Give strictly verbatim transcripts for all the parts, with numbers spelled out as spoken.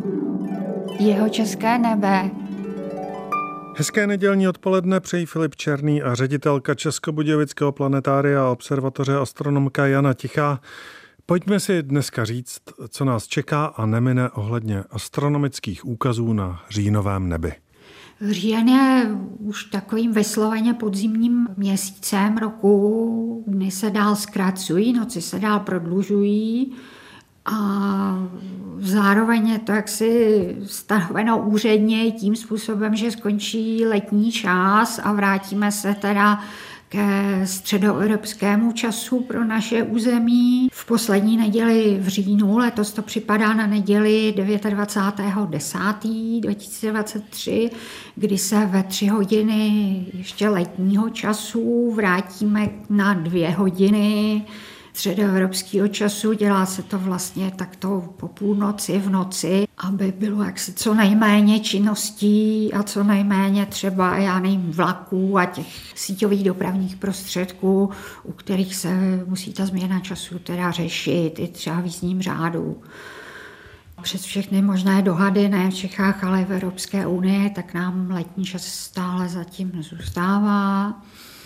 Jihočeské nebe. Hezké nedělní odpoledne přejí Filip Černý a ředitelka Českobudějovického planetária a observatoře astronomka Jana Tichá. Pojďme si dneska říct, co nás čeká a nemine ohledně astronomických úkazů na říjnovém nebi. Říjen je už takovým vysloveně podzimním měsícem roku, dny se dál zkracují, noci se dál prodlužují a zároveň je to jaksi stanoveno úředně tím způsobem, že skončí letní čas a vrátíme se teda ke středoevropskému času pro naše území. V poslední neděli v říjnu, letos to připadá na neděli dvacátého devátého desátého dva tisíce dvacet tři, kdy se ve tři hodiny ještě letního času vrátíme na dvě hodiny středoevropského času. Dělá se to vlastně takto po půlnoci v noci, aby bylo jaksi co nejméně činností a co nejméně třeba, já nevím, vlaků a těch síťových dopravních prostředků, u kterých se musí ta změna času teda řešit i třeba v jízdním řádu. Přes všechny možné dohady, ne v Čechách, ale v Evropské unii, tak nám letní čas stále zatím zůstává.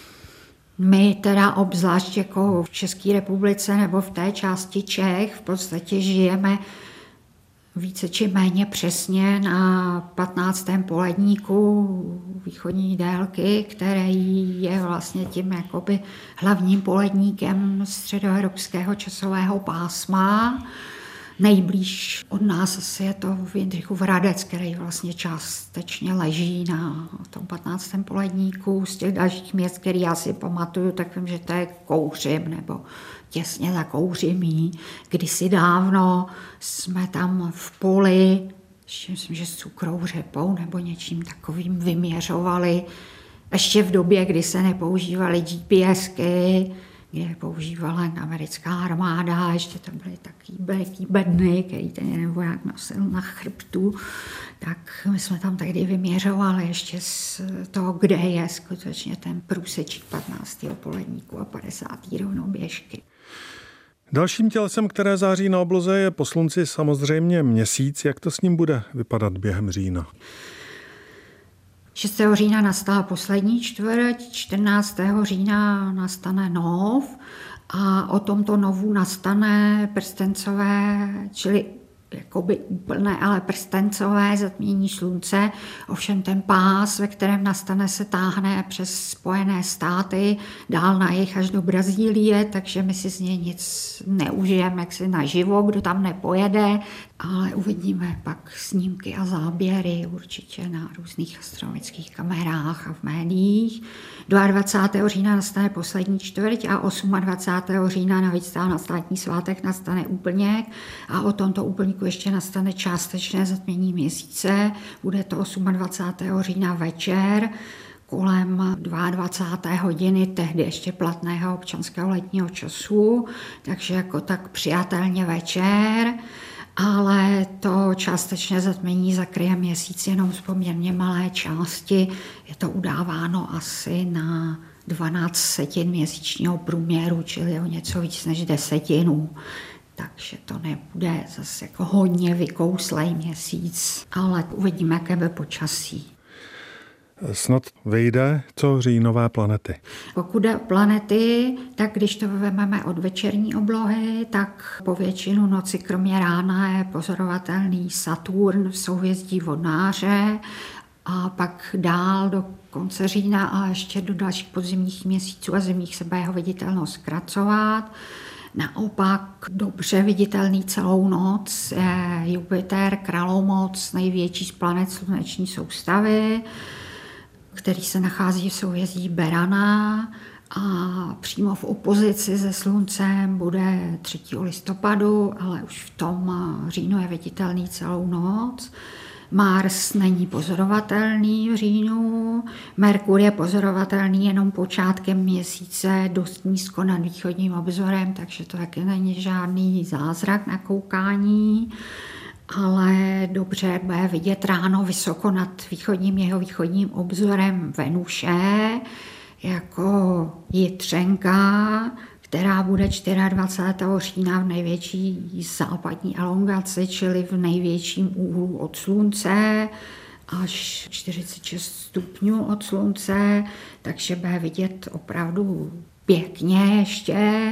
My teda obzvlášť jako v České republice nebo v té části Čech v podstatě žijeme více či méně přesně na patnáctém poledníku východní délky, který je vlastně tím jakoby hlavním poledníkem středoevropského časového pásma. Nejblíž od nás asi je to Jindřichův Hradec, který vlastně částečně leží na tom patnáctém poledníku. Z těch dalších měst, který já si pamatuju, tak vím, že to je Kouřim nebo těsně za Kouřimí. Kdysi dávno jsme tam v poli, myslím, že s cukrou řepou nebo něčím takovým vyměřovali. Ještě v době, kdy se nepoužívaly GPSky, kde používala americká armáda, ještě tam byly takový velký bedny, který ten voják nosil na chrbtu, tak my jsme tam tehdy vyměřovali ještě z toho, kde je skutečně ten průsečík patnáctého poledníku a padesátého rovnoběžky. Dalším tělesem, které září na obloze, je po slunci samozřejmě Měsíc. Jak to s ním bude vypadat během října? šestého října nastala poslední čtvrť, čtrnáctého října nastane nov a o tomto novu nastane prstencové, čili jakoby úplné, ale prstencové zatmění slunce. Ovšem ten pás, ve kterém nastane, se táhne přes Spojené státy, dál na jih až do Brazílie, takže my si z něj nic neužijeme jaksi naživo, kdo tam nepojede, ale uvidíme pak snímky a záběry určitě na různých astronomických kamerách a v médiích. dvacátého druhého října nastane poslední čtvrť a dvacátého osmého října navíc na státní svátek nastane úplněk a o tomto úplníku ještě nastane částečné zatmění měsíce. Bude to dvacátého osmého října večer kolem dvacáté druhé hodiny, tehdy ještě platného občanského letního času, takže jako tak přijatelně večer. Ale to částečné zatmění zakryje měsíc jenom z poměrně malé části. Je to udáváno asi na dvanáct setin měsíčního průměru, čili o něco víc než desetinu. Takže to nebude zase jako hodně vykouslej měsíc, ale uvidíme, jaké bude počasí. Snad vyjde, co říjnové planety. Pokud jde o planety, tak když to vezmeme od večerní oblohy, tak po většinu noci kromě rána je pozorovatelný Saturn v souhvězdí Vodnáře a pak dál do konce října a ještě do dalších podzimních měsíců a zimních se bude jeho viditelnost zkracovat. Naopak dobře viditelný celou noc je Jupiter, kralomoc, největší z planet sluneční soustavy, který se nachází v souhvězdí Berana a přímo v opozici se sluncem bude třetího listopadu, ale už v tom říjnu je viditelný celou noc. Mars není pozorovatelný v říjnu, Merkur je pozorovatelný jenom počátkem měsíce dost nízko nad východním obzorem, takže to taky není žádný zázrak na koukání, ale dobře bude vidět ráno vysoko nad východním jeho východním obzorem Venuše jako jitřenka, která bude dvacátého čtvrtého října v největší západní elongaci, čili v největším úhlu od slunce, až čtyřicet šest stupňů od slunce, takže bude vidět opravdu pěkně ještě.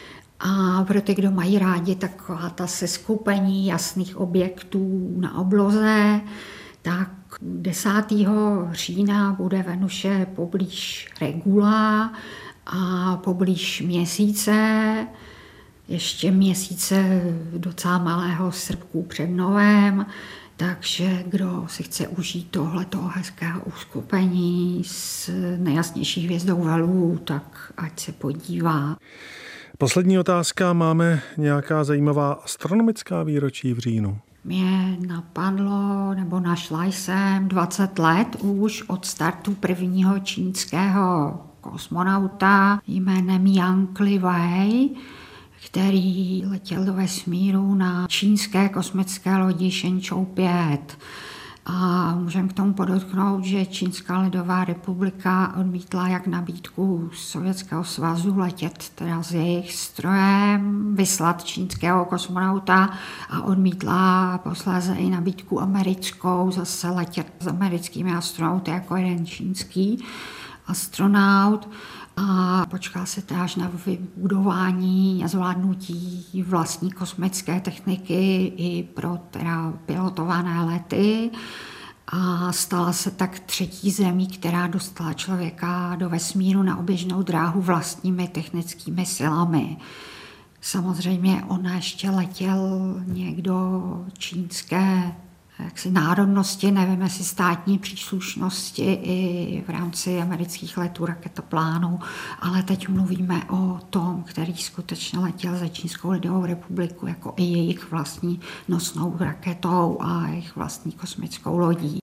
A pro ty, kdo mají rádi taková ta seskupení jasných objektů na obloze, tak desátého října bude Venuše poblíž Regula a poblíž Měsíce, ještě měsíce docela malého srpku před Novem, takže kdo si chce užít tohletoho hezkého uskupení s nejjasnější hvězdou Velů, tak ať se podívá. Poslední otázka. Máme nějaká zajímavá astronomická výročí v říjnu? Mě napadlo, nebo našla jsem dvacet let už od startu prvního čínského kosmonauta jménem Yang Liwei, který letěl do vesmíru na čínské kosmické lodi Shenzhou pět. A můžeme k tomu podotknout, že Čínská lidová republika odmítla jak nabídku Sovětského svazu letět teda s jejich strojem, vyslat čínského kosmonauta a odmítla posléze i nabídku americkou zase letět s americkými astronauty jako jeden čínský astronaut. A počká se teda až na vybudování a zvládnutí vlastní kosmické techniky i pro teda pilotované lety. A stala se tak třetí zemí, která dostala člověka do vesmíru na oběžnou dráhu vlastními technickými silami. Samozřejmě ona ještě letěl někdo čínské jaksi národnosti, nevím, jestli státní příslušnosti i v rámci amerických letů raketoplánů, ale teď mluvíme o tom, který skutečně letěl za Čínskou lidovou republiku jako i jejich vlastní nosnou raketou a jejich vlastní kosmickou lodí.